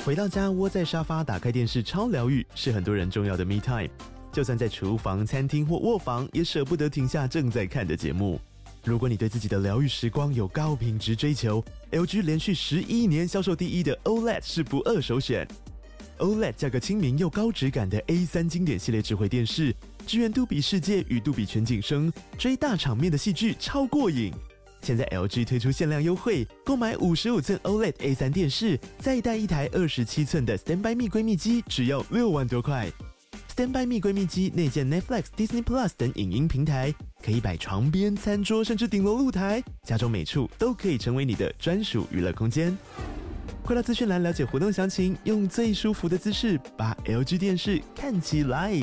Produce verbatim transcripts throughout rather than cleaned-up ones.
回到家窝在沙发打开电视超疗愈，是很多人重要的 me time。就算在厨房、餐厅或卧房，也舍不得停下正在看的节目。如果你对自己的疗愈时光有高品质追求， L G 连续十一年销售第一的 O L E D 是不二首选。O L E D 价格亲民又高质感的 A 三 经典系列智慧电视，支援杜比世界与杜比全景声，追大场面的戏剧超过瘾。现在 L G 推出限量优惠，购买五十五寸 O L E D A 三 电视，再带一台二十七寸的 Standby Me 闺蜜机，只要六万多块。Standby Me 闺蜜机内建 Netflix、Disney Plus 等影音平台，可以摆床边、餐桌，甚至顶楼露台，家中每处都可以成为你的专属娱乐空间。快到资讯栏了解活动详情，用最舒服的姿势把 L G 电视看起来。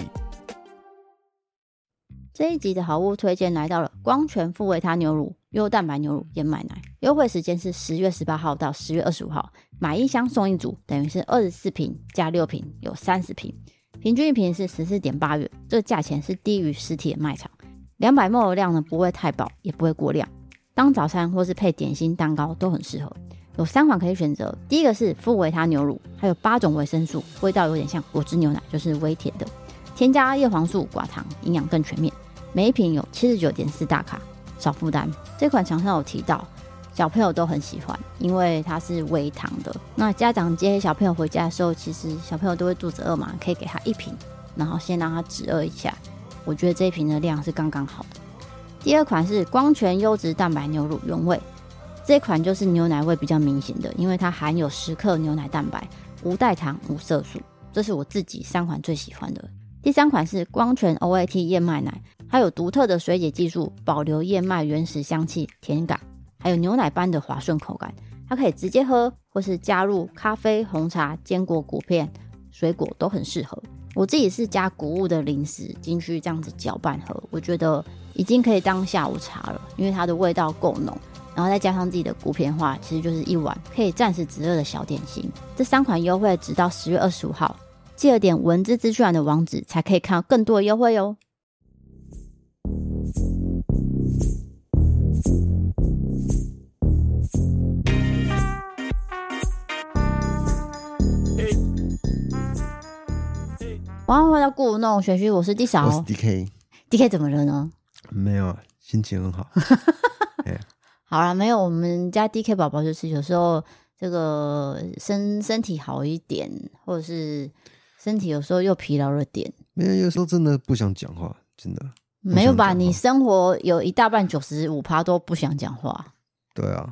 这一集的好物推荐来到了光泉富维他牛乳优蛋白牛乳燕麦奶，优惠时间是十月十八号到十月二十五号，买一箱送一组，等于是二十四瓶加六瓶有三十瓶，平均一瓶是 十四点八元，这个价钱是低于实体的卖场。两百毫升的量呢，不会太饱也不会过量，当早餐或是配点心蛋糕都很适合。有三款可以选择，第一个是富维他牛乳，还有八种维生素，味道有点像果汁牛奶，就是微甜的，添加叶黄素寡糖，营养更全面，每一瓶有 七十九点四 大卡，少负担。这款厂商有提到小朋友都很喜欢，因为它是微糖的，那家长接小朋友回家的时候，其实小朋友都会肚子饿嘛，可以给他一瓶，然后先让他止饿一下，我觉得这一瓶的量是刚刚好的。第二款是光泉优质蛋白牛乳原味，这款就是牛奶味比较明显的，因为它含有十克牛奶蛋白，无代糖无色素，这是我自己三款最喜欢的。第三款是光泉 O A T 燕麦奶，它有独特的水解技术，保留燕麦原始香气甜感，还有牛奶般的滑顺口感，它可以直接喝或是加入咖啡、红茶、坚果、果片、水果都很适合。我自己是加谷物的零食进去这样子搅拌喝，我觉得已经可以当下午茶了，因为它的味道够浓，然后再加上自己的谷片的话，其实就是一碗可以暂时止饿的小点心。这三款优惠直到十月二十五号，记得点文字资讯栏的网址才可以看到更多的优惠哦。欢迎回到故弄玄虚，我是 D 嫂， 我是 D K。 D K 怎么了呢？ 没有，心情很好。 好啦，没有，我们家 D K 宝宝就是有时候这个身身体好一点，或者是身体有时候又疲劳了点。 没有，有时候真的不想讲话，真的。 没有吧？你生活有一大半 百分之九十五 都不想讲话。 对啊。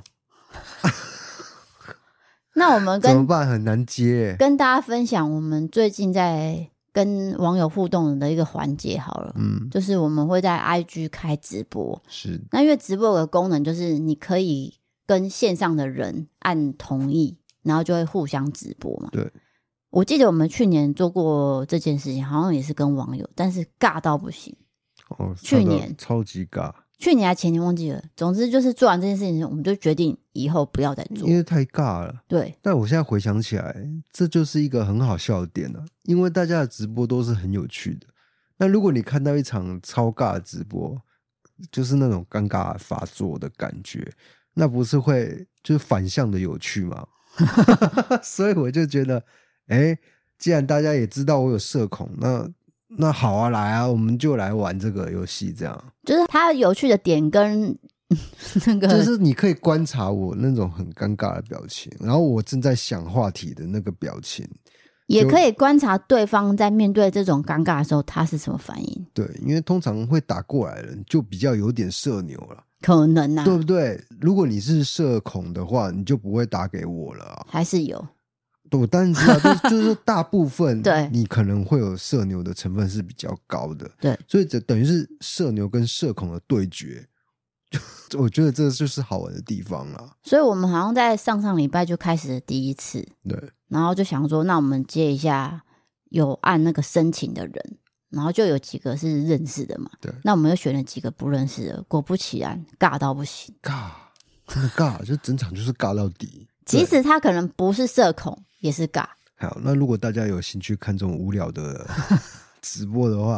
那我们跟怎么办？很难接。 跟大家分享我们最近在跟网友互动的一个环节好了，嗯，就是我们会在 I G 开直播， 是。 那因为直播有个功能，就是你可以跟线上的人按同意，然后就会互相直播嘛。 对， 我记得我们去年做过这件事情，好像也是跟网友，但是尬到不行。 哦， 去年超级尬。 去年还前年忘记了，总之就是做完这件事情，我们就决定以后不要再做， 因为太尬了。 对， 但我现在回想起来，这就是一个很好笑的点啊，因为大家的直播都是很有趣的。那如果你看到一场超尬的直播，就是那种尴尬发作的感觉，那不是会就是反向的有趣吗？所以我就觉得，哎，既然大家也知道我有社恐，那那好啊，来啊，我们就来玩这个游戏，这样。 就是它有趣的点跟那个， 就是你可以观察我那种很尴尬的表情，然后我正在想话题的那个表情， 也可以观察对方在面对这种尴尬的时候他是什么反应。 对，因为通常会打过来的人就比较有点社牛了， 可能啊， 对不对？如果你是社恐的话，你就不会打给我了啊。 还是有。 我当然知道，就是就是大部分对你可能会有社牛的成分是比较高的， 对， 所以这等于是社牛跟社恐的对决，我觉得这就是好玩的地方啦。 所以我们好像在上上礼拜就开始了第一次， 对， 然后就想说，那我们接一下有按那个申请的人，然后就有几个是认识的嘛， 对， 那我们又选了几个不认识的，果不其然，尬到不行， 尬，真的尬，就整场就是尬到底。 即使他可能不是社恐，也是尬。 好，那如果大家有兴趣看这种无聊的直播的话，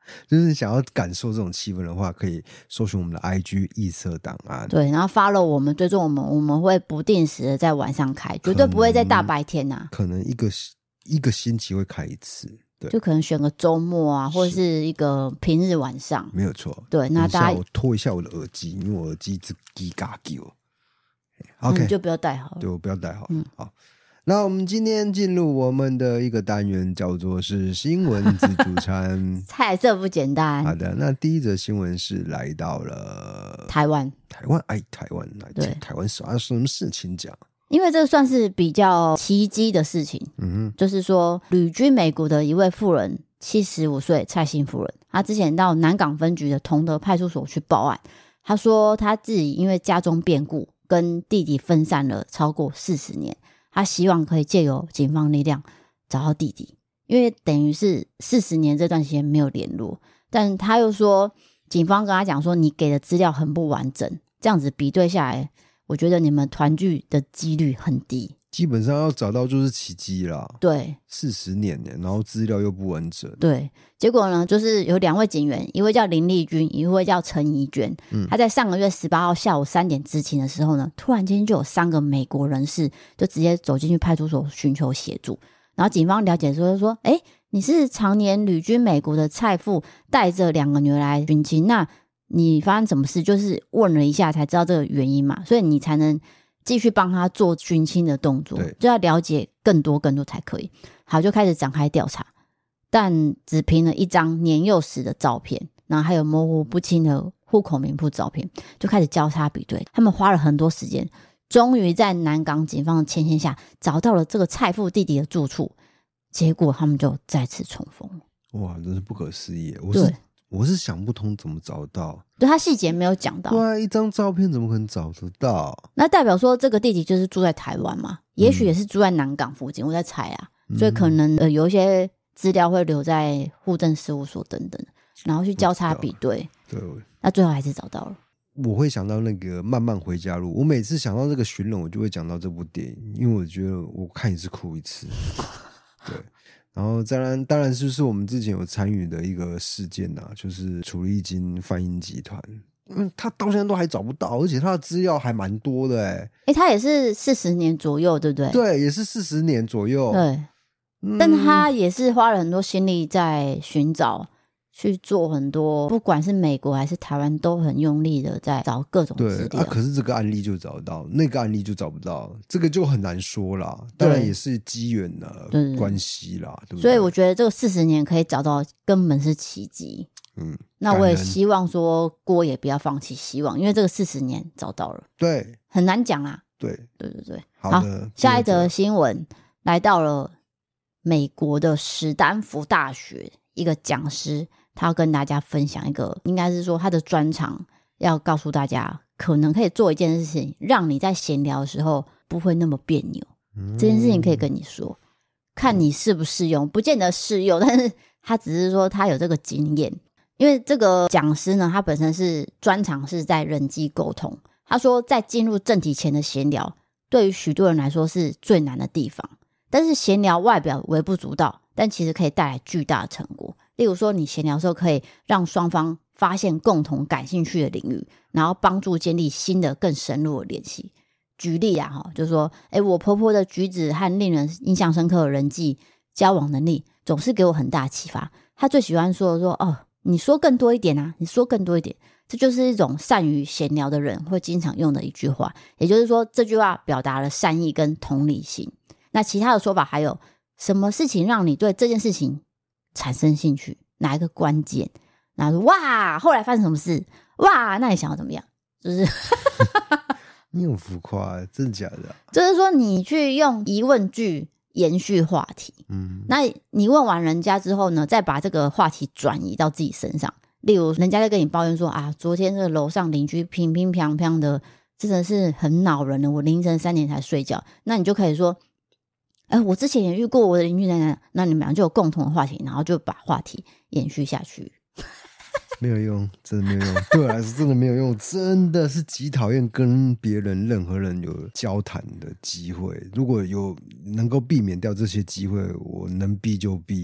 就是想要感受这种气氛的话，可以搜寻我们的 I G 异色档案。 对，然后 follow 我们，追踪我们，我们会不定时的在晚上开，绝对不会在大白天啊。 可能一个一个星期会开一次，对， 就可能选个周末啊，或者是一个平日晚上。 没有错。 对，那大家我拖一下我的耳机，因为我耳机一直叽嘎叽哦。 OK，、 嗯、 你就不要戴好了。 对，我不要戴好了。 嗯， 好。那我们今天进入我们的一个单元，叫做是新闻自助餐。 菜色不简单。 好的，那第一则新闻是来到了台湾。 台湾，哎，台湾来， 对， 台湾发生什么事情讲？ 因为这算是比较奇迹的事情。 嗯哼， 就是说旅居美国的一位妇人，七十五岁蔡姓妇人，她之前到南港分局的同德派出所去报案，她说她自己因为家中变故，跟弟弟分散了超过四十年。他希望可以借由警方力量找到弟弟，因为等于是四十年这段时间没有联络，但他又说警方跟他讲说你给的资料很不完整，这样子比对下来，我觉得你们团聚的几率很低， 基本上要找到就是奇迹啦。 对， 四十年呢，然后资料又不完整。 对，结果呢，就是有两位警员，一位叫林丽君，一位叫陈怡娟。嗯，他在上个月十八号下午三点执勤的时候呢，突然间就有三个美国人士就直接走进去派出所寻求协助。然后警方了解说，就说：“哎，你是常年旅居美国的蔡妇，带着两个女儿来寻亲，那你发生什么事？就是问了一下才知道这个原因嘛，所以你才能继续帮他做寻亲的动作，就要了解更多更多才可以。好，就开始展开调查，但只凭了一张年幼时的照片，然后还有模糊不清的户口名簿照片，就开始交叉比对。他们花了很多时间，终于在南港警方的牵线下找到了这个蔡父弟弟的住处，结果他们就再次重逢。 哇，真是不可思议！我是我是想不通怎么找到， 对，他细节没有讲到。 对啊，一张照片怎么可能找得到？ 那代表说这个弟弟就是住在台湾嘛，也许也是住在南港附近，嗯、我在猜啊，所以可能呃有一些资料会留在户政事务所等等，然后去交叉比对， 对， 那最后还是找到了。 我会想到那个《慢慢回家路》，我每次想到这个寻人，我就会讲到这部电影，因为我觉得我看一次哭一次。对。然后当然当然就是我们之前有参与的一个事件啊，就是楚立金翻译集团，嗯，他到现在都还找不到，而且他的资料还蛮多的哎、欸。 哎，他也是四十年左右，对不对？ 对，也是四十年左右。 对，嗯、但他也是花了很多心力在寻找，去做很多，不管是美国还是台湾，都很用力的在找各种资料。 对啊，可是这个案例就找到，那个案例就找不到，这个就很难说啦。当然也是机缘的关系啦，对不对？ 所以我觉得这个四十年可以找到，根本是奇迹。嗯，那我也希望说郭也不要放弃希望，因为这个四十年找到了， 对， 很难讲啊。 对， 对对对。 好的， 好，下一则新闻来到了美国的史丹福大学，一个讲师。他要跟大家分享一个，应该是说他的专长，要告诉大家可能可以做一件事情，让你在闲聊的时候不会那么别扭。嗯、这件事情可以跟你说，看你适不适用，不见得适用，但是他只是说他有这个经验。因为这个讲师呢，他本身是专长是在人际沟通。他说，在进入正题前的闲聊，对于许多人来说是最难的地方。但是闲聊外表微不足道，但其实可以带来巨大的成果。例如说，你闲聊的时候可以让双方发现共同感兴趣的领域，然后帮助建立新的更深入的联系。举例啊，就是说，诶，我婆婆的举止和令人印象深刻的人际交往能力，总是给我很大启发。她最喜欢说说，哦，你说更多一点啊，你说更多一点。这就是一种善于闲聊的人会经常用的一句话。也就是说，这句话表达了善意跟同理心。那其他的说法还有，什么事情让你对这件事情产生兴趣？哪一个关键？然后说哇，后来发生什么事？哇，那你想要怎么样？就是你很浮夸，真的假的、啊？ 就是说，你去用疑问句延续话题。嗯，那你问完人家之后呢，再把这个话题转移到自己身上。例如，人家在跟你抱怨说啊，昨天这个楼上邻居乒乒乓乓的，真的是很恼人的。我凌晨三点才睡觉，那你就可以说。哎，我之前也遇过我的邻居奶奶，那你们俩就有共同的话题，然后就把话题延续下去。 没有用，真的没有用，对我来说真的没有用，真的是极讨厌跟别人任何人有交谈的机会。如果有能够避免掉这些机会，我能避就避。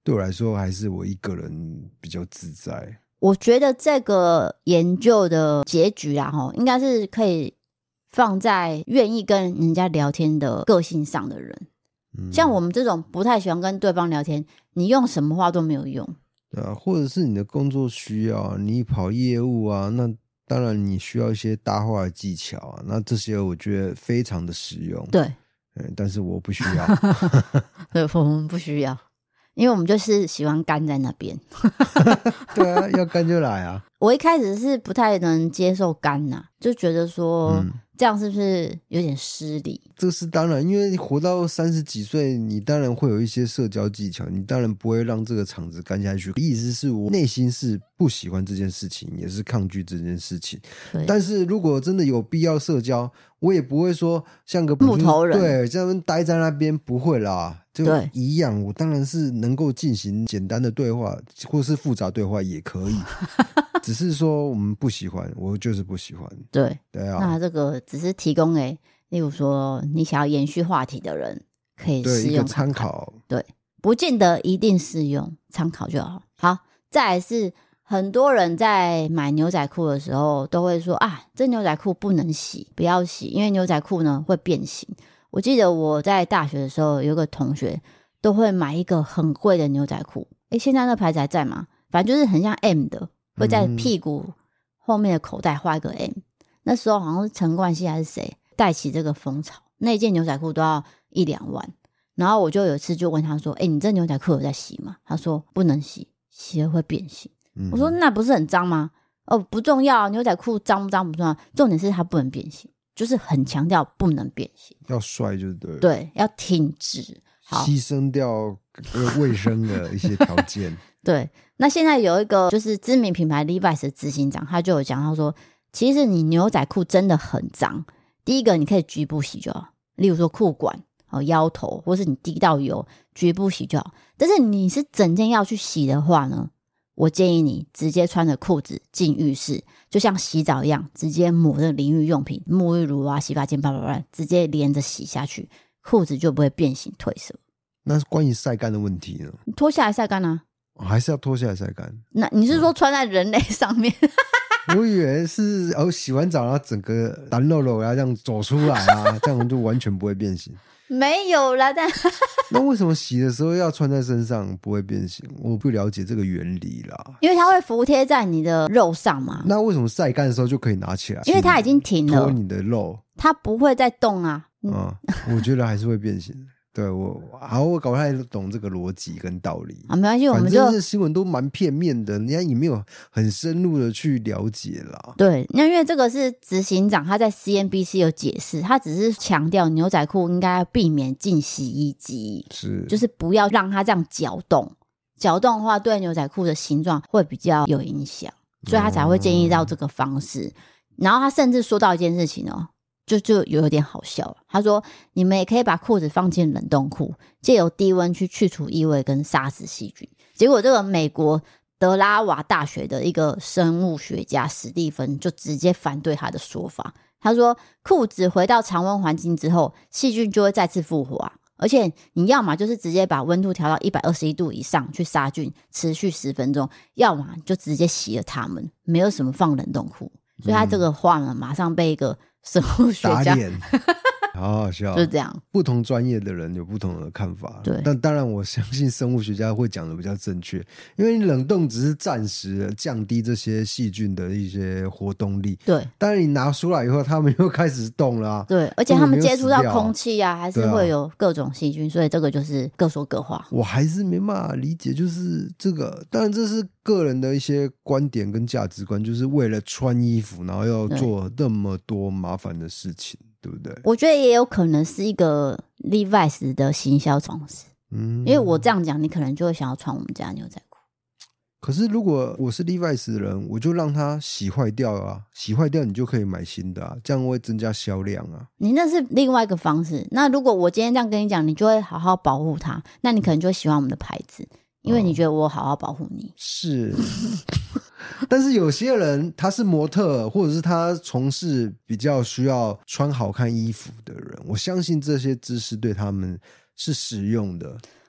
对我来说还是我一个人比较自在。 我觉得这个研究的结局啊，应该是可以放在愿意跟人家聊天的个性上的人、嗯、像我们这种不太喜欢跟对方聊天，你用什么话都没有用。 对啊，或者是你的工作需要，你跑业务啊，那当然你需要一些搭话的技巧啊，那这些我觉得非常的实用。 对、 嗯、但是我不需要对，我们不需要，因为我们就是喜欢干在那边对啊，要干就来啊。 我一开始是不太能接受干啊，就觉得说、嗯、这样是不是有点失礼。 这是当然，因为活到三十几岁，你当然会有一些社交技巧，你当然不会让这个场子干下去。意思是我内心是不喜欢这件事情，也是抗拒这件事情。但是如果真的有必要社交，我也不会说像个木头人， 对，这样待在那边，不会啦，就一样。我当然是能够进行简单的对话，或是复杂对话也可以只是说我们不喜欢，我就是不喜欢。 对对啊， 那这个只是提供给例如说你想要延续话题的人可以试用看看，对，一个参考。对，不见得一定适用，参考就好。好，再来是很多人在买牛仔裤的时候都会说啊，这牛仔裤不能洗，不要洗，因为牛仔裤呢会变形。我记得我在大学的时候有个同学都会买一个很贵的牛仔裤，诶，现在那牌子还在吗？反正就是很像 M 的，会在屁股后面的口袋画一个 M、嗯、那时候好像是陈冠希还是谁带起这个风潮，那一件牛仔裤都要一两万。然后我就有一次就问他说，诶，你这牛仔裤有在洗吗？他说不能洗，洗了会变形、嗯、我说那不是很脏吗？哦，不重要，牛仔裤脏不脏不重要，重点是它不能变形，就是很强调不能变形， 要帅就对了， 对，要挺直，好， 牺牲掉卫生的一些条件对，那现在有一个就是知名品牌 Levi's 的执行长，他就有讲到说，其实你牛仔裤真的很脏，第一个你可以局部洗就好，例如说裤管、哦、腰头，或是你滴到油局部洗就好。但是你是整件要去洗的话呢，我建议你直接穿着裤子进浴室，就像洗澡一样，直接抹这淋浴用品，沐浴乳啊、洗发精，叭叭叭，直接连着洗下去，裤子就不会变形褪色。 那是关于晒干的问题呢？ 你脱下来晒干啊， 哦、还是要脱下来晒干？ 那你是说穿在人类上面？ 我以为是哦，洗完澡然后整个单肉肉然后这样走出来啊，这样就完全不会变形。 没有啦，但那为什么洗的时候要穿在身上不会变形？我不了解这个原理啦。 因为它会服贴在你的肉上嘛。 那为什么晒干的时候就可以拿起来？ 因为它已经停了， 脱你的肉， 它不会再动啊。 嗯，我觉得还是会变形。对，我好，我搞不太懂这个逻辑跟道理啊，没关系，我们就反正新闻都蛮片面的，人家也没有很深入的去了解啦。 对，那因为这个是执行长他在 C N B C 有解释，他只是强调牛仔裤应该要避免进洗衣机， 是， 就是不要让它这样搅动，搅动的话对牛仔裤的形状会比较有影响，所以他才会建议到这个方式。哦、然后他甚至说到一件事情哦。就就有点好笑了，他说你们也可以把裤子放进冷冻库，借由低温去去除异味跟杀死细菌。结果这个美国德拉瓦大学的一个生物学家史蒂芬就直接反对他的说法，他说裤子回到常温环境之后，细菌就会再次复活，而且你要嘛就是直接把温度调到一百二十一度以上去杀菌，持续十分钟，要嘛就直接洗了它们，没有什么放冷冻库。所以他这个话呢，马上被一个生物学家打脸，好好笑， 就是这样。 不同专业的人有不同的看法， 对。 但当然，我相信生物学家会讲的比较正确，因为冷冻只是暂时的降低这些细菌的一些活动力。 对。 但是你拿出来以后，他们又开始动了、啊。 对，而且他们接触到空气啊，还是会有各种细菌，所以这个就是各说各话。 我还是没办法理解，就是这个，当然这是个人的一些观点跟价值观，就是为了穿衣服，然后要做那么多麻烦的事情。对不对？ 我觉得也有可能是一个 Levi's 的行销方式，嗯，因为我这样讲，你可能就会想要穿我们家牛仔裤。 可是如果我是 Levi's 的人，我就让它洗坏掉啊，洗坏掉你就可以买新的啊，这样会增加销量啊。 你那是另外一个方式。那如果我今天这样跟你讲，你就会好好保护它，那你可能就会喜欢我们的牌子，因为你觉得我好好保护你。哦、 是。但是有些人他是模特，或者是他从事比较需要穿好看衣服的人，我相信这些知识对他们是实用的。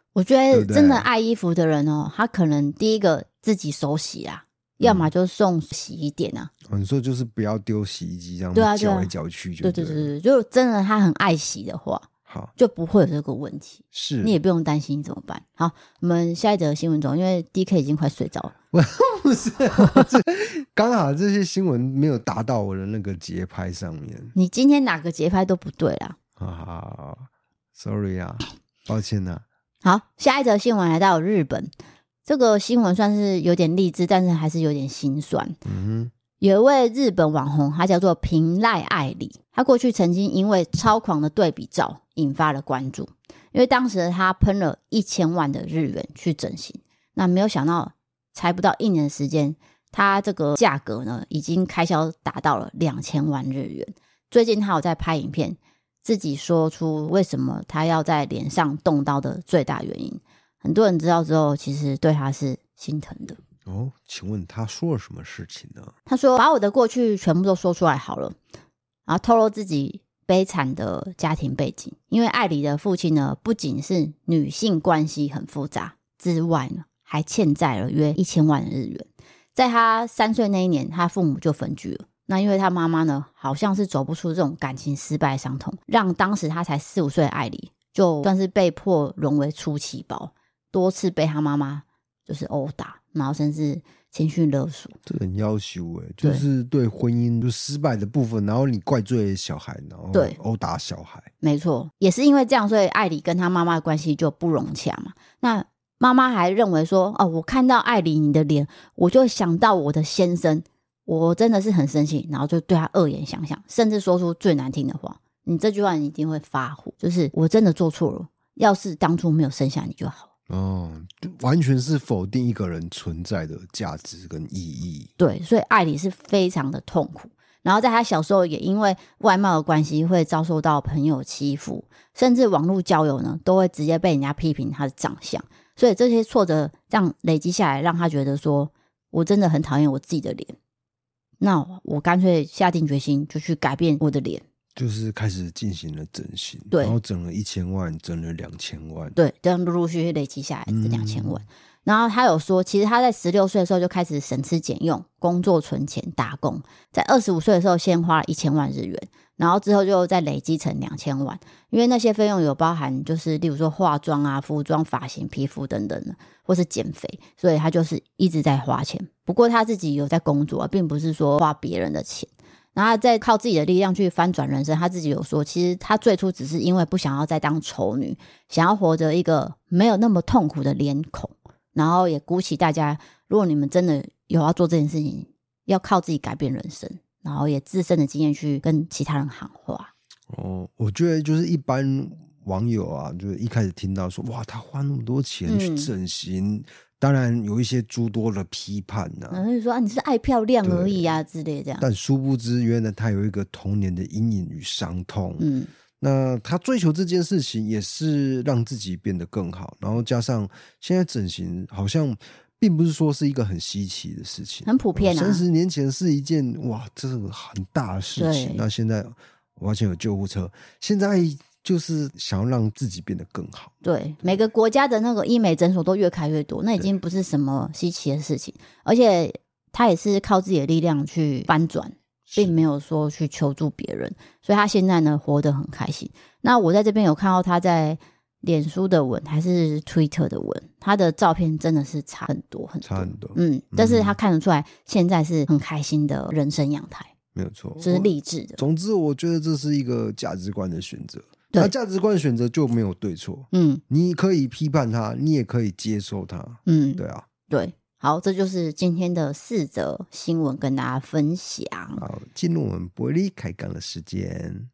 我觉得对不对真的爱衣服的人哦，他可能第一个自己手洗啦，要么就送洗衣店啊。 哦，你说就是不要丢洗衣机，这样对啊对啊搅来搅去就对对了。 对对对，就真的他很爱洗的话， 好， 就不会有这个问题， 是你也不用担心怎么办。好，我们下一则新闻走，因为 D K 已经快睡着了。 不是，我这刚好这些新闻没有达到我的那个节拍上面。 你今天哪个节拍都不对啦。 好好好 ，sorry 啊，抱歉啊。 好，下一则新闻来到日本，这个新闻算是有点励志，但是还是有点心酸。 嗯有一位日本网红，他叫做平濑爱里，他过去曾经因为超狂的对比照引发了关注，因为当时他喷了一千万的日元去整形，那没有想到才不到一年的时间，他这个价格呢已经开销达到了两千万日元。最近他有在拍影片，自己说出为什么他要在脸上动刀的最大原因，很多人知道之后其实对他是心疼的。 哦，请问他说了什么事情呢？ 他说把我的过去全部都说出来好了，然后透露自己悲惨的家庭背景。因为艾里的父亲呢，不仅是女性关系很复杂之外呢，还欠债了约一千万日元。在他三岁那一年，他父母就分居了。那因为他妈妈呢，好像是走不出这种感情失败的伤痛，让当时他才四五岁的艾里，就算是被迫沦为出气包，多次被他妈妈就是殴打，然后甚至情绪勒索。 这个很要求哎，就是对婚姻就失败的部分，然后你怪罪小孩，然后对殴打小孩。 没错，也是因为这样，所以艾里跟他妈妈的关系就不融洽嘛。那妈妈还认为说，哦，我看到艾里你的脸，我就想到我的先生，我真的是很生气，然后就对他恶言相向，甚至说出最难听的话。你这句话你一定会发火，就是我真的做错了，要是当初没有生下你就好。 哦，完全是否定一个人存在的价值跟意义。 对，所以艾里是非常的痛苦。然后在他小时候也因为外貌的关系会遭受到朋友欺负，甚至网络交友呢都会直接被人家批评他的长相。所以这些挫折这样累积下来，让他觉得说我真的很讨厌我自己的脸，那我干脆下定决心就去改变我的脸。 就是开始进行了整形， 对， 然后整了一千万，整了两千万， 对，这样陆陆续续累积下来这两千万。 嗯、 然后他有说，其实他在十六岁的时候就开始省吃俭用，工作存钱打工，在二十五岁的时候先花了一千万日元，然后之后就再累积成两千万。因为那些费用有包含，就是例如说化妆啊、服装、发型、皮肤等等的，或是减肥，所以他就是一直在花钱。不过他自己有在工作、啊，并不是说花别人的钱。然后再靠自己的力量去翻转人生，他自己有说，其实他最初只是因为不想要再当丑女，想要活着一个没有那么痛苦的脸孔，然后也鼓起大家，如果你们真的有要做这件事情，要靠自己改变人生，然后也自身的经验去跟其他人喊话。 哦，我觉得就是一般网友啊，就是一开始听到说，哇，他花那么多钱去整形。嗯，当然有一些诸多的批判呐、啊， 然后就说啊，你是爱漂亮而已啊之类这样。 但殊不知，原来他有一个童年的阴影与伤痛。 嗯， 那他追求这件事情，也是让自己变得更好。然后加上现在整形，好像并不是说是一个很稀奇的事情， 很普遍啊。 三十年前是一件哇，这个很大的事情。那现在完全有救护车，现在。就是想要让自己变得更好。 对，每个国家的那个医美诊所都越开越多，那已经不是什么稀奇的事情。而且他也是靠自己的力量去翻转，并没有说去求助别人，所以他现在呢活得很开心。那我在这边有看到他在脸书的文还是 Twitter 的文，他的照片真的是差很多很多， 差很多。 嗯，但是他看得出来现在是很开心的人生样态， 没有错， 这是励志的。 总之，我觉得这是一个价值观的选择。那价值观的选择就没有对错，嗯，你可以批判它，你也可以接受它，嗯，对啊， 对，好，这就是今天的四则新闻跟大家分享。 好，进入我们伯利开杠的时间。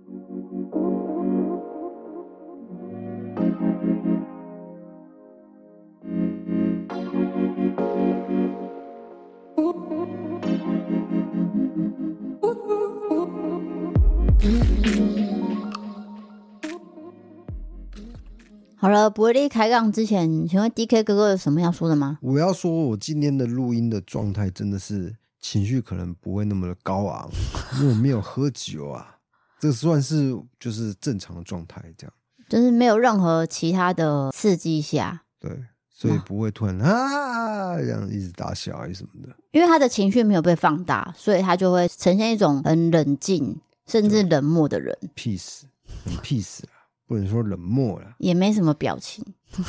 好了，伯利开杠之前，请问 D K 哥哥有什么要说的吗？ 我要说，我今天的录音的状态真的是情绪可能不会那么的高昂，因为我没有喝酒啊，这算是就是正常的状态这样。 就是没有任何其他的刺激下， 对，所以不会突然啊这样一直大笑还是什么的， 因为他的情绪没有被放大，所以他就会呈现一种很冷静甚至冷漠的人。 peace 很 peace 啦，不能说冷漠啦， 也没什么表情。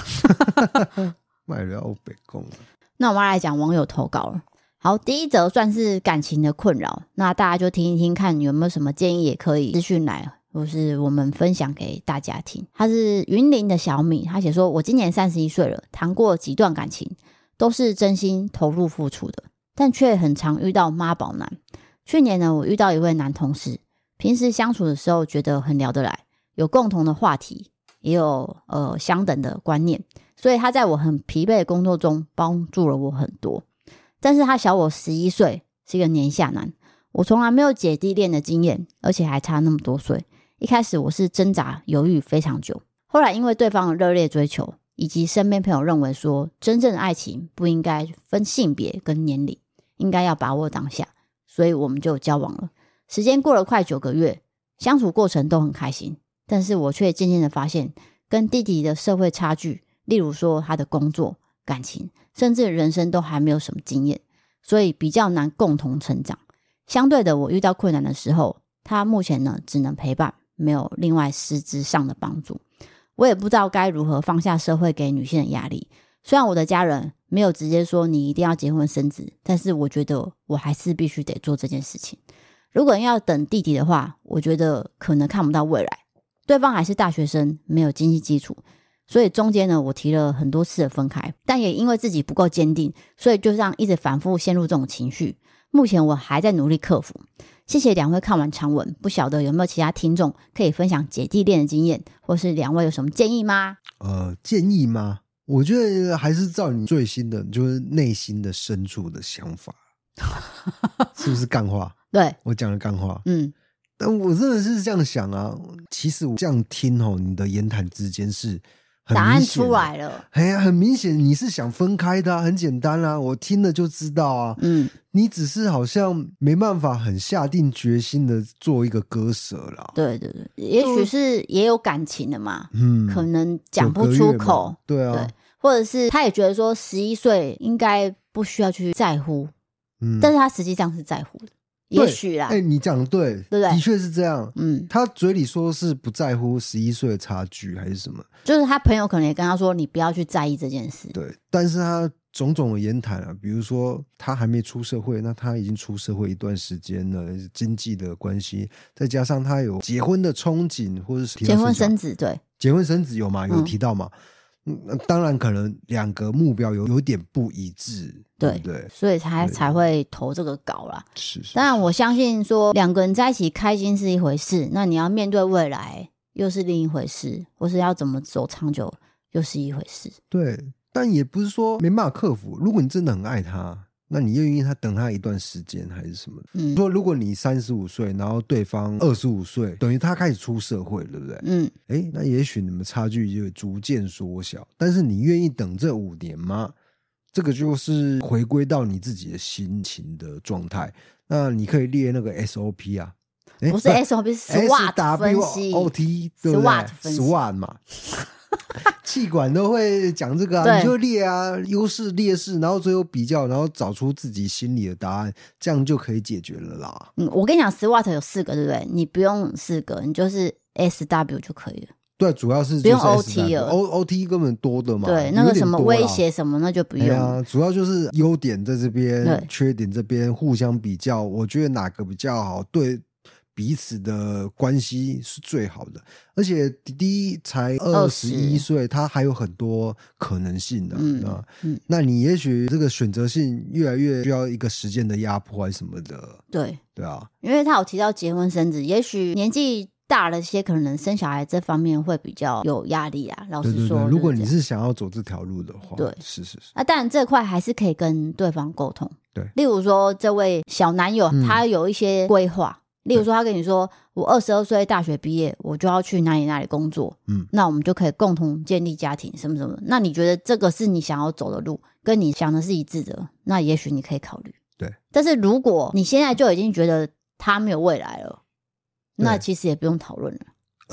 卖了欧北贡。 那我们要来讲网友投稿了。好，第一则算是感情的困扰，那大家就听一听看有没有什么建议，也可以资讯来或是我们分享给大家听。他是云林的小米，他写说我今年三十一岁了，谈过几段感情都是真心投入付出的，但却很常遇到妈宝男。去年呢，我遇到一位男同事，平时相处的时候觉得很聊得来，有共同的话题，也有呃相等的观念，所以他在我很疲惫的工作中帮助了我很多。但是他小我十一岁，是一个年下男，我从来没有姐弟恋的经验，而且还差那么多岁。一开始我是挣扎犹豫非常久，后来因为对方的热烈追求，以及身边朋友认为说真正的爱情不应该分性别跟年龄，应该要把握当下，所以我们就交往了。时间过了快九个月，相处过程都很开心，但是我却渐渐的发现跟弟弟的社会差距，例如说他的工作、感情甚至人生都还没有什么经验，所以比较难共同成长。相对的，我遇到困难的时候，他目前呢只能陪伴，没有另外实质上的帮助。我也不知道该如何放下社会给女性的压力。虽然我的家人没有直接说你一定要结婚生子，但是我觉得我还是必须得做这件事情。如果要等弟弟的话，我觉得可能看不到未来。对方还是大学生，没有经济基础，所以中间呢，我提了很多次的分开，但也因为自己不够坚定，所以就这样一直反复陷入这种情绪。目前我还在努力克服。谢谢两位看完长文，不晓得有没有其他听众可以分享姐弟恋的经验，或是两位有什么建议吗？ 呃，建议吗？我觉得还是照你最新的，就是内心的深处的想法，是不是干话？ 对， 我讲的干话。 嗯， 但我真的是这样想啊。其实我这样听哦，你的言谈之间是很答案明显的出来了。 哎呀，很明显你是想分开的啊，很简单啊，我听了就知道啊。 嗯， 你只是好像没办法很下定决心的做一个割舍啦。 对对对，也许是也有感情的嘛， 嗯， 可能讲不出口。 对啊， 对，或者是他也觉得说十一岁应该不需要去在乎，嗯，但是他实际上是在乎的。也许啦， 哎、欸，你讲的对， 对不对？ 的确是这样。 嗯， 他嘴里说是不在乎十一岁的差距还是什么， 就是他朋友可能也跟他说，你不要去在意这件事。 对，但是他种种的言谈啊，比如说他还没出社会，那他已经出社会一段时间了，经济的关系，再加上他有结婚的憧憬，或者是结婚生子，对， 结婚生子有吗？有提到吗？嗯，当然可能两个目标有有点不一致，对, 对不对？ 所以才才会投这个稿啦。 是, 是， 当然我相信说两个人在一起开心是一回事，那你要面对未来又是另一回事，或是要怎么走长久又是一回事。 对，但也不是说没办法克服。如果你真的很爱他，那你愿意他等他一段时间还是什么？嗯，说如果你三十五岁，然后对方二十五岁，等于他开始出社会，对不对？嗯，哎，那也许你们差距就逐渐缩小。但是你愿意等这五年吗？这个就是回归到你自己的心情的状态。那你可以列那个 S O P 啊， 不是 S O P， 是 SWOT 分析 ，S W O T 对不对 ？SWOT 分析 ，SWOT 嘛。气管都会讲这个啊，你就列啊，优势劣势，然后最后比较，然后找出自己心里的答案，这样就可以解决了啦。 嗯，我跟你讲 ，SWOT 有四个，对不对？你不用四个，你就是 S W 就可以了。 对，主要是不用 O T 了 ，O O T 根本多的嘛。 对，那个什么威胁什么那就不用。 对啊，主要就是优点在这边，缺点这边互相比较，我觉得哪个比较好，对彼此的关系是最好的。而且弟弟才二十一岁，他还有很多可能性的、啊嗯嗯。那你也许这个选择性越来越需要一个时间的压迫还是什么的。 对对啊， 因为他有提到结婚生子，也许年纪大了些，可能生小孩这方面会比较有压力啊。老实说， 对对对，如果你是想要走这条路的话， 对， 是是是。 那、啊、当然这块还是可以跟对方沟通。 对， 例如说这位小男友、嗯、他有一些规划。例如说他跟你说我二十二岁大学毕业我就要去哪里哪里工作，嗯，那我们就可以共同建立家庭什么什么，那你觉得这个是你想要走的路，跟你想的是一致的，那也许你可以考虑。 对， 但是如果你现在就已经觉得他没有未来了，那其实也不用讨论了。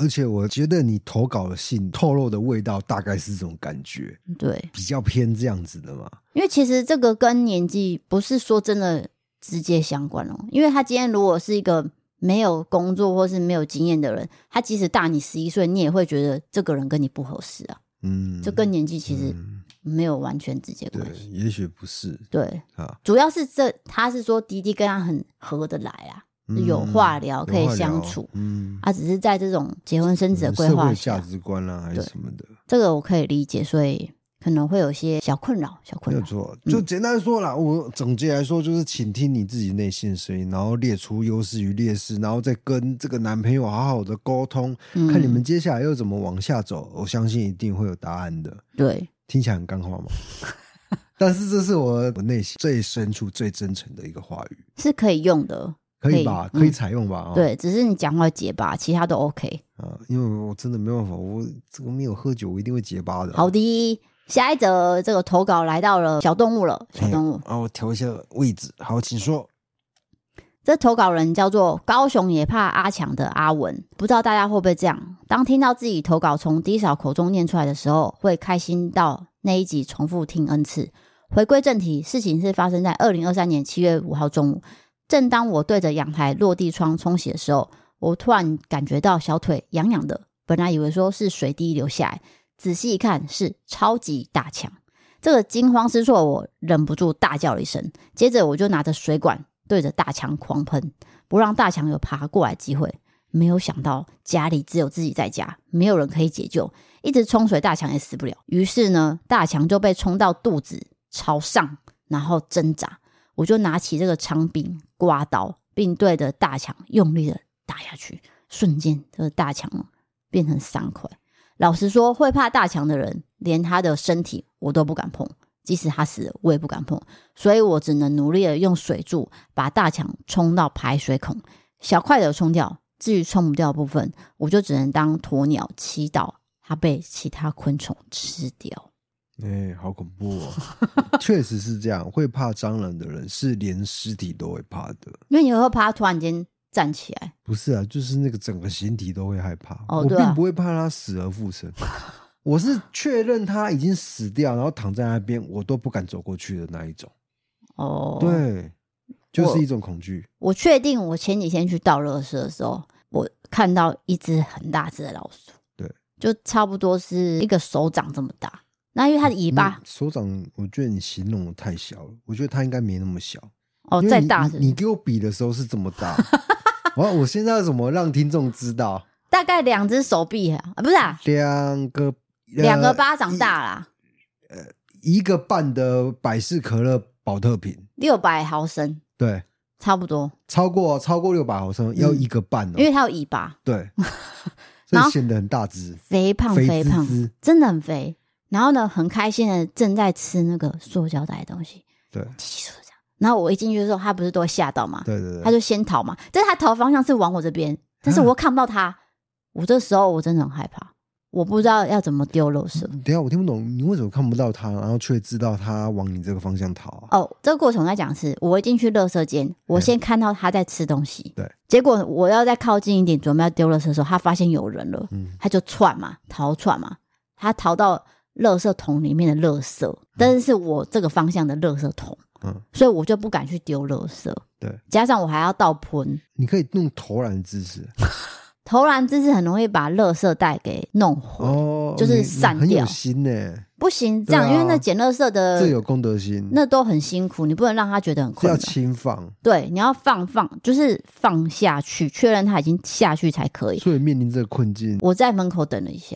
而且我觉得你投稿的信透露的味道大概是这种感觉， 对， 比较偏这样子的嘛。 因为其实这个跟年纪不是说真的直接相关哦，因为他今天如果是一个没有工作或是没有经验的人，他即使大你十一岁，你也会觉得这个人跟你不合适啊。嗯，这跟年纪其实没有完全直接关系。 对，也许不是。 对啊， 主要是这他是说弟弟跟他很合得来啊。嗯、有话聊可以相处，嗯，他、啊、只是在这种结婚生子的规划下， 社会价值观啦、啊、还是什么的， 这个我可以理解，所以可能会有些小困扰，小困扰。 没有错，就简单说啦、嗯，我总结来说就是倾听你自己内心的声音，然后列出优势与劣势，然后再跟这个男朋友好好的沟通、嗯，看你们接下来又怎么往下走，我相信一定会有答案的。 对， 听起来很干话吗？但是这是我我内心最深处最真诚的一个话语， 是可以用的。 可以吧，可以, 可以采用吧、嗯哦、对，只是你讲话结巴，其他都 OK 啊。因为我真的没办法，我这个没有喝酒，我一定会结巴的。 好的，下一则这个投稿来到了小动物了，小动物啊，我调一下位置。好，请说。 这投稿人叫做高雄也怕阿强的阿文，不知道大家会不会这样？当听到自己投稿从D嫂口中念出来的时候，会开心到那一集重复听 N 次。回归正题，事情是发生在二零二三年七月五号中午。正当我对着阳台落地窗冲洗的时候，我突然感觉到小腿痒痒的，本来以为说是水滴流下来，仔细一看是超级大强。这个惊慌失措，我忍不住大叫了一声，接着我就拿着水管对着大强狂喷，不让大强有爬过来的机会。没有想到家里只有自己在家，没有人可以解救，一直冲水大强也死不了。于是呢，大强就被冲到肚子朝上，然后挣扎。我就拿起这个长柄刮刀，并对着大强用力的打下去，瞬间这个大强变成三块。老实说，会怕大强的人，连他的身体我都不敢碰，即使他死了我也不敢碰，所以我只能努力的用水柱把大强冲到排水孔，小块的冲掉，至于冲不掉的部分，我就只能当鸵鸟祈祷它被其他昆虫吃掉。 哎、欸，好恐怖哦！确实是这样，会怕蟑螂的人是连尸体都会怕的， 因为你会怕他突然间站起来。 不是啊，就是那个整个形体都会害怕。 哦， 我并不会怕他死而复生，我是确认他已经死掉，然后躺在那边，我都不敢走过去的那一种。 哦， 对，就是一种恐惧。 我确定，我前几天去倒垃圾的时候，我看到一只很大只的老鼠， 对， 就差不多是一个手掌这么大。那因为它的尾巴， 手掌，我觉得你形容的太小了，我觉得它应该没那么小。 哦，再大是不是？ 你给我比的时候是这么大。我我现在要怎么让听众知道？ 大概两只手臂啊，不是啊， 两个两、呃、个巴掌大啦。 呃，一个半的百事可乐保特瓶， 六百毫升， 对， 差不多， 超过超过六百毫升要一个半哦、 嗯，因为它有尾巴， 对，所以显得很大只， 肥胖肥胖，真的很肥。然后呢，很开心的正在吃那个塑胶袋的东西， 对， 然后我一进去的时候，他不是都会吓到吗？ 对对对， 他就先逃嘛，但是他逃方向是往我这边，但是我看不到他，啊、我这时候我真的很害怕，我不知道要怎么丢垃圾。 等一下我听不懂，你为什么看不到他，然后却知道他往你这个方向逃、啊？ 哦，这个过程在讲是，我一进去垃圾间，我先看到他在吃东西， 对， 结果我要再靠近一点，准备要丢垃圾的时候，他发现有人了，嗯，他就窜嘛，逃窜嘛，他逃到垃圾桶里面的垃圾，但是是我这个方向的垃圾桶，嗯，所以我就不敢去丢垃圾。 对， 加上我还要倒喷， 你可以用投篮姿势， 投篮姿势很容易把垃圾袋给弄毁，哦，就是散掉。 很有心耶， 不行这样、啊，因为那捡垃圾的这有公德心， 那都很辛苦，你不能让他觉得很困难。 要轻放， 对，你要放放，就是放下去，确认他已经下去才可以。 所以面临这个困境， 我在门口等了一下。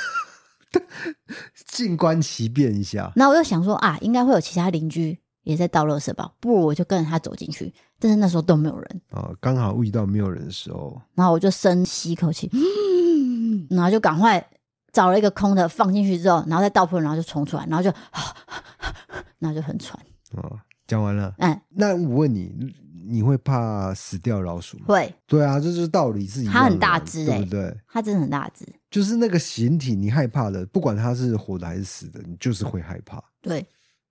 静观其变一下， 然后我又想说啊，应该会有其他邻居也在倒垃圾吧，不如我就跟着他走进去，但是那时候都没有人啊，刚好遇到没有人的时候， 然后我就深吸一口气，嗯，然后就赶快找了一个空的放进去之后，然后再倒喷，然后就冲出来，然后就然后就很喘啊。讲完了， 嗯， 那我问你，你会怕死掉老鼠吗？ 会， 对啊，这就是道理是一样的， 它很大只、欸， 对不对？ 它真的很大只，就是那个形体，你害怕的，不管它是活的还是死的，你就是会害怕。 对，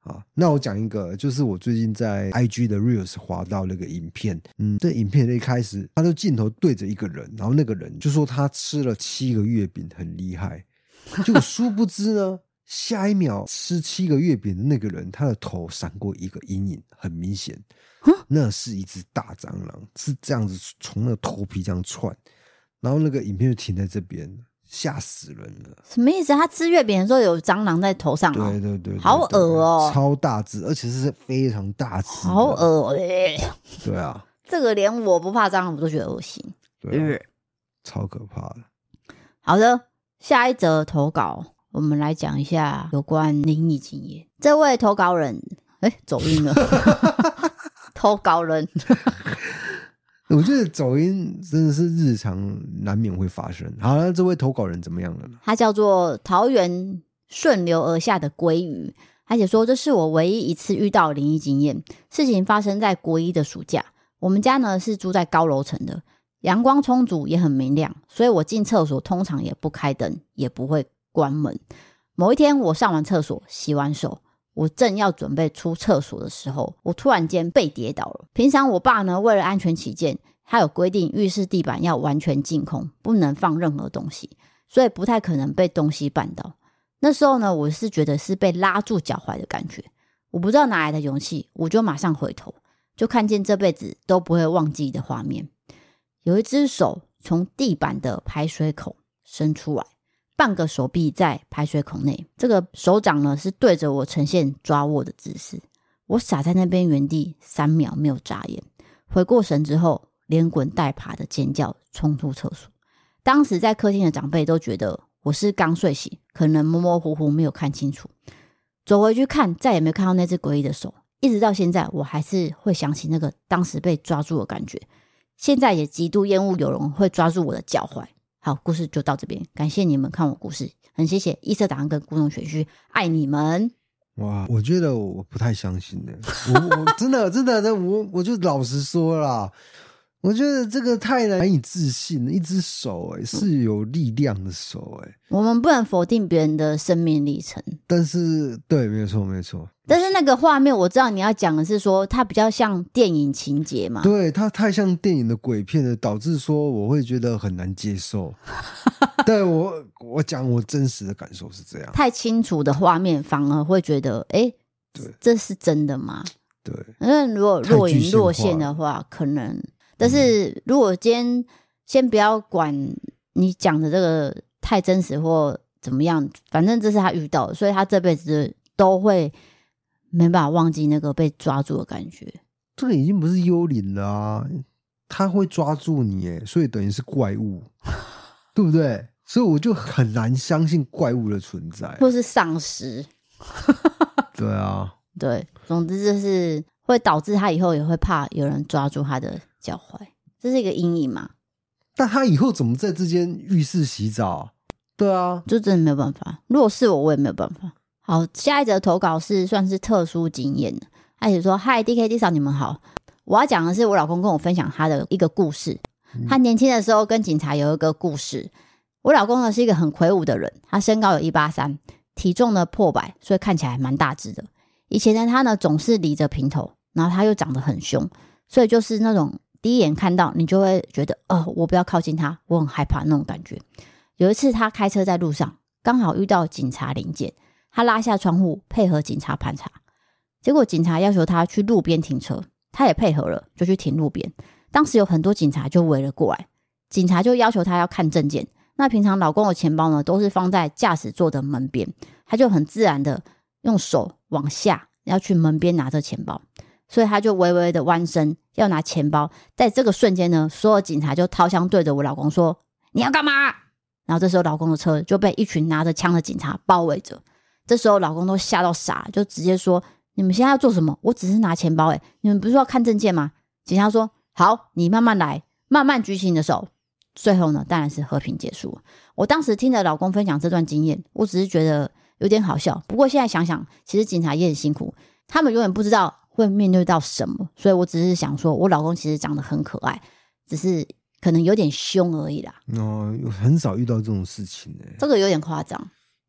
啊，那我讲一个，就是我最近在 I G 的 Reels 滑到那个影片，嗯，这影片的一开始，他就镜头对着一个人，然后那个人就说他吃了七个月饼很厉害，结果殊不知呢，下一秒吃七个月饼的那个人，他的头闪过一个阴影，很明显，那是一只大蟑螂，是这样子从那个头皮这样窜，然后那个影片就停在这边。吓死人了！ 什么意思？他吃月饼的时候有蟑螂在头上哦？ 对对 对, 对， 好恶哦， 超大只，而且是非常大只， 好恶欸。 对啊， 这个连我不怕蟑螂我都觉得恶心， 对、啊，超可怕的。 好的，下一则投稿，我们来讲一下有关灵异经验。这位投稿人，哎，走音了，投稿人。 我觉得走音真的是日常难免会发生。好了，这位投稿人怎么样了呢？ 他叫做桃园顺流而下的鲑鱼，而且说这是我唯一一次遇到灵异经验。事情发生在国一的暑假，我们家呢是住在高楼层的，阳光充足也很明亮，所以我进厕所通常也不开灯，也不会关门。某一天我上完厕所洗完手，我正要准备出厕所的时候，我突然间被跌倒了。平常我爸呢为了安全起见，他有规定浴室地板要完全净空，不能放任何东西，所以不太可能被东西绊倒。那时候呢，我是觉得是被拉住脚踝的感觉，我不知道哪来的勇气，我就马上回头，就看见这辈子都不会忘记的画面。有一只手从地板的排水孔伸出来，半个手臂在排水孔内，这个手掌呢是对着我呈现抓握的姿势。我傻在那边原地三秒没有眨眼，回过神之后连滚带爬的尖叫冲出厕所。当时在客厅的长辈都觉得我是刚睡醒，可能模模糊糊没有看清楚，走回去看再也没有看到那只诡异的手。一直到现在我还是会想起那个当时被抓住的感觉，现在也极度厌恶有人会抓住我的脚踝。好，故事就到这边，感谢你们看我故事，很谢谢异色档案跟故弄玄虚，爱你们。 哇，我觉得我不太相信的，我我真的真的我我就老实说啦，我觉得这个太难以置信了，一只手哎、欸、是有力量的手哎、欸， 我们不能否定别人的生命历程， 但是对，没错没错。 但是那个画面我知道你要讲的是说它比较像电影情节嘛， 对，它太像电影的鬼片了，导致说我会觉得很难接受。对，我我讲我真实的感受是这样， 太清楚的画面反而会觉得哎，这是真的吗？ 对， 因为如果若隐若现的话可能，但是如果今天先不要管你讲的这个太真实或怎么样，反正这是他遇到的，所以他这辈子都会没办法忘记那个被抓住的感觉。 这个已经不是幽灵了啊，他会抓住你耶，所以等于是怪物，对不对？所以我就很难相信怪物的存在， 或是丧尸。 对啊， 对，总之就是会导致他以后也会怕有人抓住他的脚踝，这是一个阴影嘛。 但他以后怎么在这间浴室洗澡？对啊， 就真的没有办法。如果是我，我也没有办法。好，下一则投稿是算是特殊经验的。他写说：“嗨 ，D K D 嫂，你们好。我要讲的是我老公跟我分享他的一个故事。他年轻的时候跟警察有一个故事。我老公呢是一个很魁梧的人，他身高有一八三，体重呢破百，所以看起来蛮大只的。以前的他呢总是理着平头，然后他又长得很凶，所以就是那种第一眼看到你就会觉得，呃，我不要靠近他，我很害怕那种感觉。有一次他开车在路上，刚好遇到警察临检。”他拉下窗户配合警察盘查，结果警察要求他去路边停车，他也配合了，就去停路边。当时有很多警察就围了过来，警察就要求他要看证件。那平常老公的钱包呢都是放在驾驶座的门边，他就很自然的用手往下要去门边拿着钱包，所以他就微微的弯身要拿钱包。在这个瞬间呢，所有警察就掏枪对着我老公说：“你要干嘛？”然后这时候老公的车就被一群拿着枪的警察包围着。这时候老公都吓到傻，就直接说：“你们现在要做什么？我只是拿钱包，诶，你们不是说要看证件吗？”警察说：“好，你慢慢来，慢慢举起你的手。”最后呢，当然是和平结束。我当时听着老公分享这段经验，我只是觉得有点好笑。不过现在想想，其实警察也很辛苦，他们永远不知道会面对到什么。所以我只是想说，我老公其实长得很可爱，只是可能有点凶而已啦。 哦，很少遇到这种事情欸， 这个有点夸张。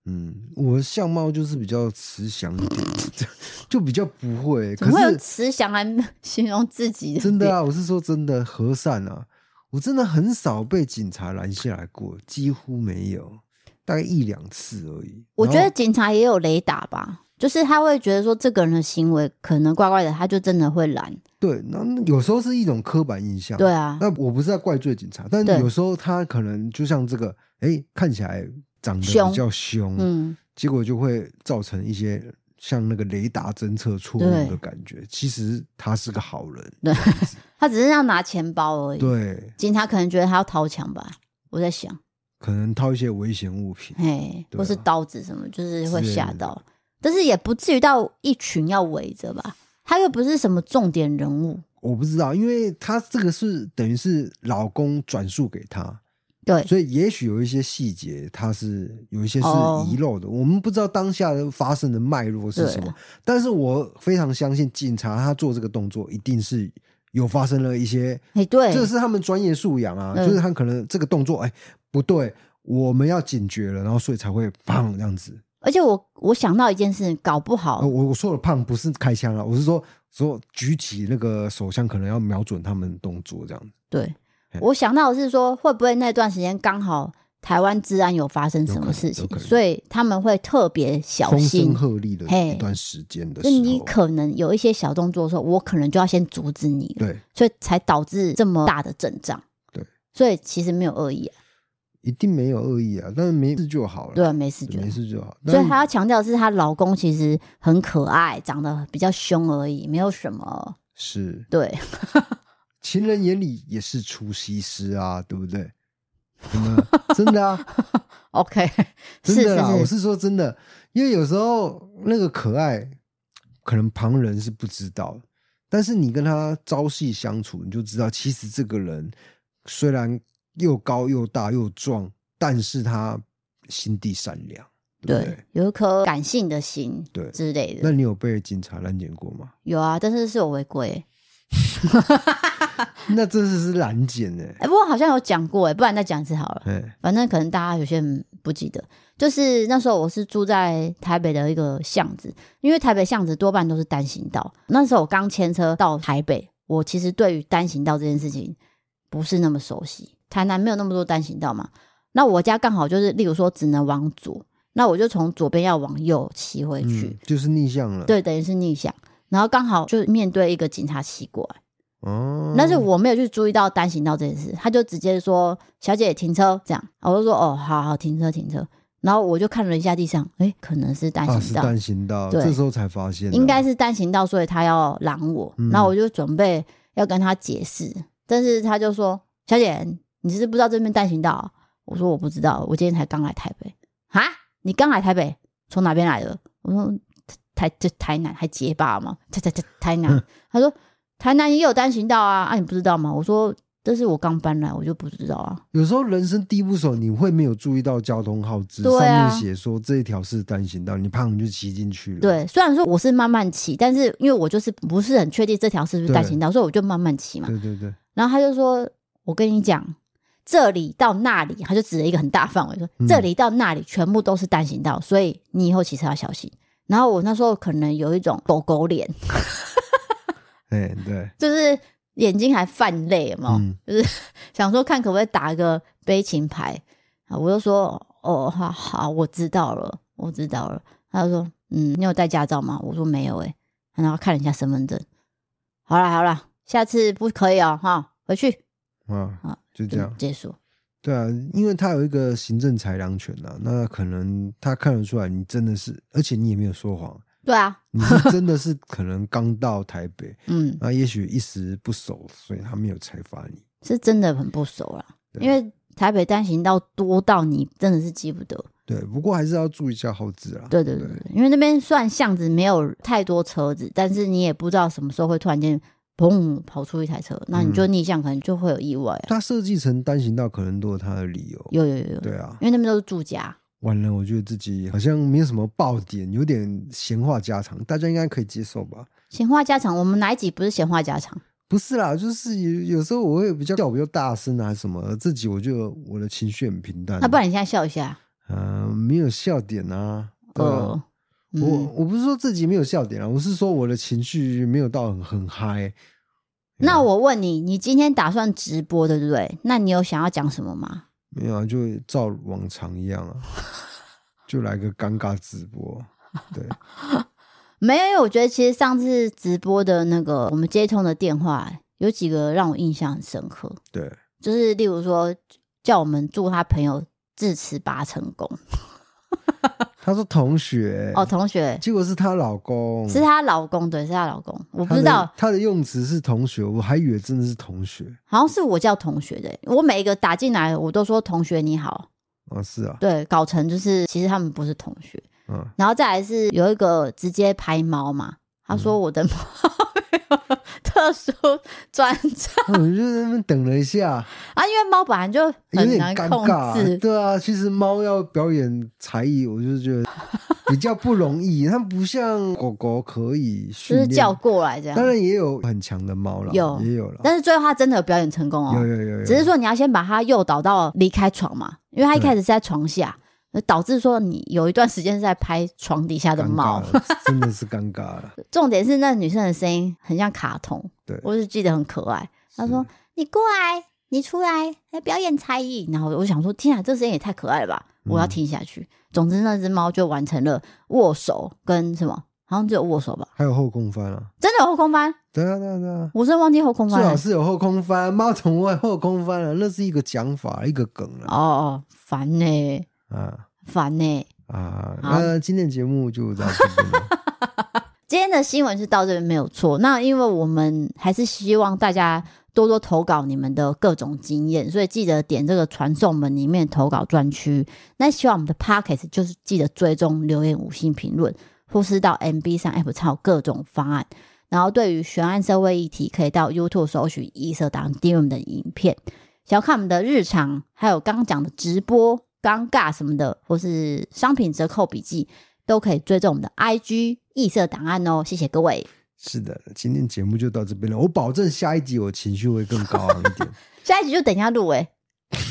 嗯，我的相貌就是比较慈祥一点，就比较不会。 怎么会有可是慈祥来形容自己的？ 真的啊，我是说真的和善啊，我真的很少被警察拦下来过，几乎没有，大概一两次而已。 我觉得警察也有雷达吧，就是他会觉得说这个人的行为可能怪怪的，他就真的会拦。 对，那有时候是一种刻板印象。 对啊， 那我不是在怪罪警察，但有时候他可能就像这个，哎，看起来长得比较凶，嗯，结果就会造成一些像那个雷达侦测错误的感觉。其实他是个好人， 对，他只是要拿钱包而已。 对， 警察可能觉得他要掏枪吧，我在想， 可能掏一些危险物品， 嘿，啊、或是刀子什么，就是会吓到，但是也不至于到一群要围着吧。他又不是什么重点人物， 我不知道，因为他这个是等于是老公转述给他， 对， 所以也许有一些细节，他是有一些是遗漏的，哦、我们不知道当下发生的脉络是什么。但是我非常相信警察他做这个动作，一定是有发生了一些， 哎，对， 这是他们专业素养啊，就是他可能这个动作，哎，不对，我们要警觉了，然后所以才会砰这样子。 而且我我想到一件事，搞不好、 呃、我我说的胖不是开枪啊，我是说说举起那个手枪可能要瞄准他们的动作这样子。 对，我想到的是说会不会那段时间刚好台湾治安有发生什么事情，所以他们会特别小心， 风声鹤唳的一段时间的时候， 就你可能有一些小动作的时候，我可能就要先阻止你了， 对， 所以才导致这么大的阵仗。 对， 所以其实没有恶意啊。 一定没有恶意啊，但是没事就好了。 对啊，没事就好没事就好。 所以她要强调的是，她老公其实很可爱，长得比较凶而已，没有什么。 是， 对， 情人眼里也是出西施啊，对不对？真的，真的啊。 OK， 真的啦， 是是是我是说真的，因为有时候那个可爱，可能旁人是不知道，但是你跟他朝夕相处，你就知道，其实这个人虽然又高又大又壮，但是他心地善良， 对, 对, 对， 有一颗感性的心，对之类的。 那你有被警察拦检过吗？ 有啊，但是是有违规。 那这是是拦检哎， 哎，不过好像有讲过哎，不然再讲一次好了。反正可能大家有些人不记得，就是那时候我是住在台北的一个巷子，因为台北巷子多半都是单行道。那时候我刚牵车到台北，我其实对于单行道这件事情不是那么熟悉。台南没有那么多单行道嘛，那我家刚好就是例如说只能往左，那我就从左边要往右骑回去、 嗯、就是逆向了。 对，等于是逆向，然后刚好就面对一个警察骑过来哦，但是我没有去注意到单行道这件事，他就直接说小姐停车这样，我就说哦好好停车停车，然后我就看了一下地上，诶可能是单行道、啊、 是单行道， 对， 这时候才发现应该是单行道，所以他要拦我、嗯、然后我就准备要跟他解释，但是他就说小姐你是不知道这边单行道、啊、我说我不知道，我今天才刚来台北。哈，你刚来台北从哪边来的？我说台这台南还结巴吗？台台台台南他说台南也有单行道啊，啊你不知道吗？我说这是我刚搬来，我就不知道啊。 有时候人生地不熟，你会没有注意到交通号志、啊、上面写说这一条是单行道，你砰就骑进去了。 对，虽然说我是慢慢骑，但是因为我就是不是很确定这条是不是单行道，所以我就慢慢骑嘛。 对对对。 然后他就说我跟你讲这里到那里，他就指了一个很大范围说、嗯、这里到那里全部都是单行道，所以你以后骑车要小心。然后我那时候可能有一种狗狗脸哎，对， 就是眼睛还泛泪嘛、嗯，就是想说看可不可以打个悲情牌啊。我就说哦好好我知道了我知道了。他就说嗯你有带驾照吗？我说没有诶、欸、然后看了一下身份证，好啦好啦下次不可以哦哈，回去啊啊就这样结束。 对啊，因为他有一个行政裁量权啊，那可能他看得出来你真的是，而且你也没有说谎。 对啊， 你是真的是可能刚到台北， 嗯， 那也许一时不熟，所以他没有采罚你。 是真的很不熟啦，因为台北单行道多到你真的是记不得。 对，不过还是要注意一下号志啦。 对对对 对, 对，因为那边虽然巷子没有太多车子，但是你也不知道什么时候会突然间砰跑出一台车，那你就逆向可能就会有意外、啊嗯、它设计成单行道可能都有它的理由。 有有有， 对啊， 因为那边都是住家。 完了，我觉得自己好像没有什么爆点，有点闲话家常，大家应该可以接受吧？ 闲话家常，我们哪一集不是闲话家常？ 不是啦，就是有有时候我会比较叫比较大声啊什么，自己我觉得我的情绪很平淡。 那、啊、不然你现在笑一下， 呃，没有笑点啊，对啊。 呃嗯、 我我不是说自己没有笑点啊，我是说我的情绪没有到很很嗨。 那我问你，你今天打算直播对不对？那你有想要讲什么吗？ 没有啊，就照往常一样啊，就来个尴尬直播。对， 没有，因为我觉得其实上次直播的那个我们接通的电话，有几个让我印象很深刻。 对， 就是例如说叫我们祝他朋友智齿拔成功。 他说同学哦，同学， 结果是她老公， 是她老公，对，是她老公，我不知道他的用词是同学，我还以为真的是同学， 好像是我叫同学的，我每一个打进来我都说同学你好。 哦，是啊， 对，搞成就是其实他们不是同学。 嗯， 然后再来是有一个直接拍猫嘛，他说我的猫有特殊专长， 我就在那边等了一下啊，因为猫本来就很难控制， 有点尴尬。对啊，其实猫要表演才艺，我就觉得比较不容易，它不像狗狗可以训练， 就是叫过来这样。 当然也有很强的猫啦， 有也有啦， 但是最后它真的有表演成功哦， 有有有有， 只是说你要先把它诱导到离开床嘛，因为它一开始是在床下。导致说你有一段时间是在拍床底下的猫， 真的是尴尬了。 重点是那女生的声音很像卡通， 对， 我就记得很可爱。她说：“你过来，你出来，来表演才艺。”然后我想说：“天啊，这声音也太可爱了吧！”我要听下去。嗯、总之，那只猫就完成了握手跟什么，好像只有握手吧， 还有后空翻啊！ 真的有后空翻？ 对啊，对啊，对啊！ 我是忘记后空翻了， 最好是有后空翻，猫怎么会后空翻了？那是一个讲法，一个梗了。 哦哦，烦呢、欸！ 啊。 烦呢、欸、 啊！那今天节目就到这边了。 今天的新闻是到这边没有错。那因为我们还是希望大家多多投稿你们的各种经验，所以记得点这个传送门里面投稿专区。那希望我们的 Podcast 就是记得追踪留言五星评论，或是到 M B 三 App 查各种方案。然后对于悬案社会议题，可以到 YouTube 搜寻异色档 D M 的影片。想要看我们的日常，还有刚刚讲的直播尴尬什么的，或是商品折扣笔记，都可以追踪我们的 I G 异色档案哦。谢谢各位。 是的，今天节目就到这边了。我保证下一集我情绪会更高昂一点。 下一集就等一下录哎。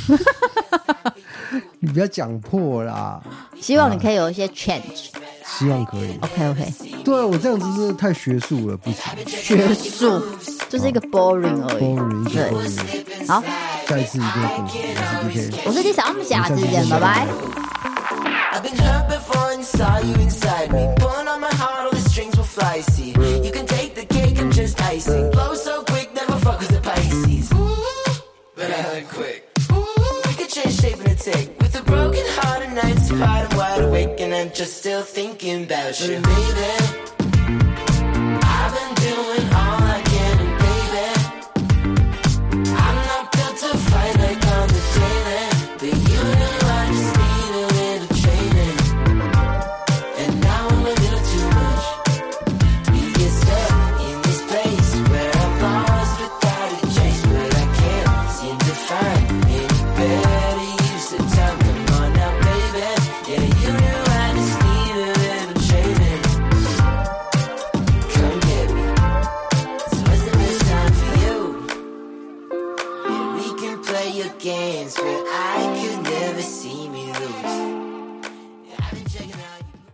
你不要讲破啦。 希望你可以有一些 change。啊、 希望可以。 OK OK。 对啊，我这样子真的太学术了，不行。 学术就是一个 boring 而已。 boring 一个 boring。 好。 下一次一定会更好。我是 D K， 我是 D 嫂，我们下次见，拜拜。 I've been hurt before and saw you inside me. Pulling on my heart, all the strings will fly. See, you can take the cake and just icing. Blow so quick, never fuck with the Pisces. But I heard quick. We could change shape in a tick. With a broken heart and nights apart, I'm wide awake and I'm just still thinking about you, baby. I've been doing all I can, and baby, I'm not built to fight like on the daily. But you know I just need a little training, and now I'm a little too much. We get stuck in this place where I'm lost without a chase, but I can't seem to find any better use of time. Come on now, baby, yeah, you know I just need a little training. Come get me. So what's the best time for you? Yeah, we can play your games, but I could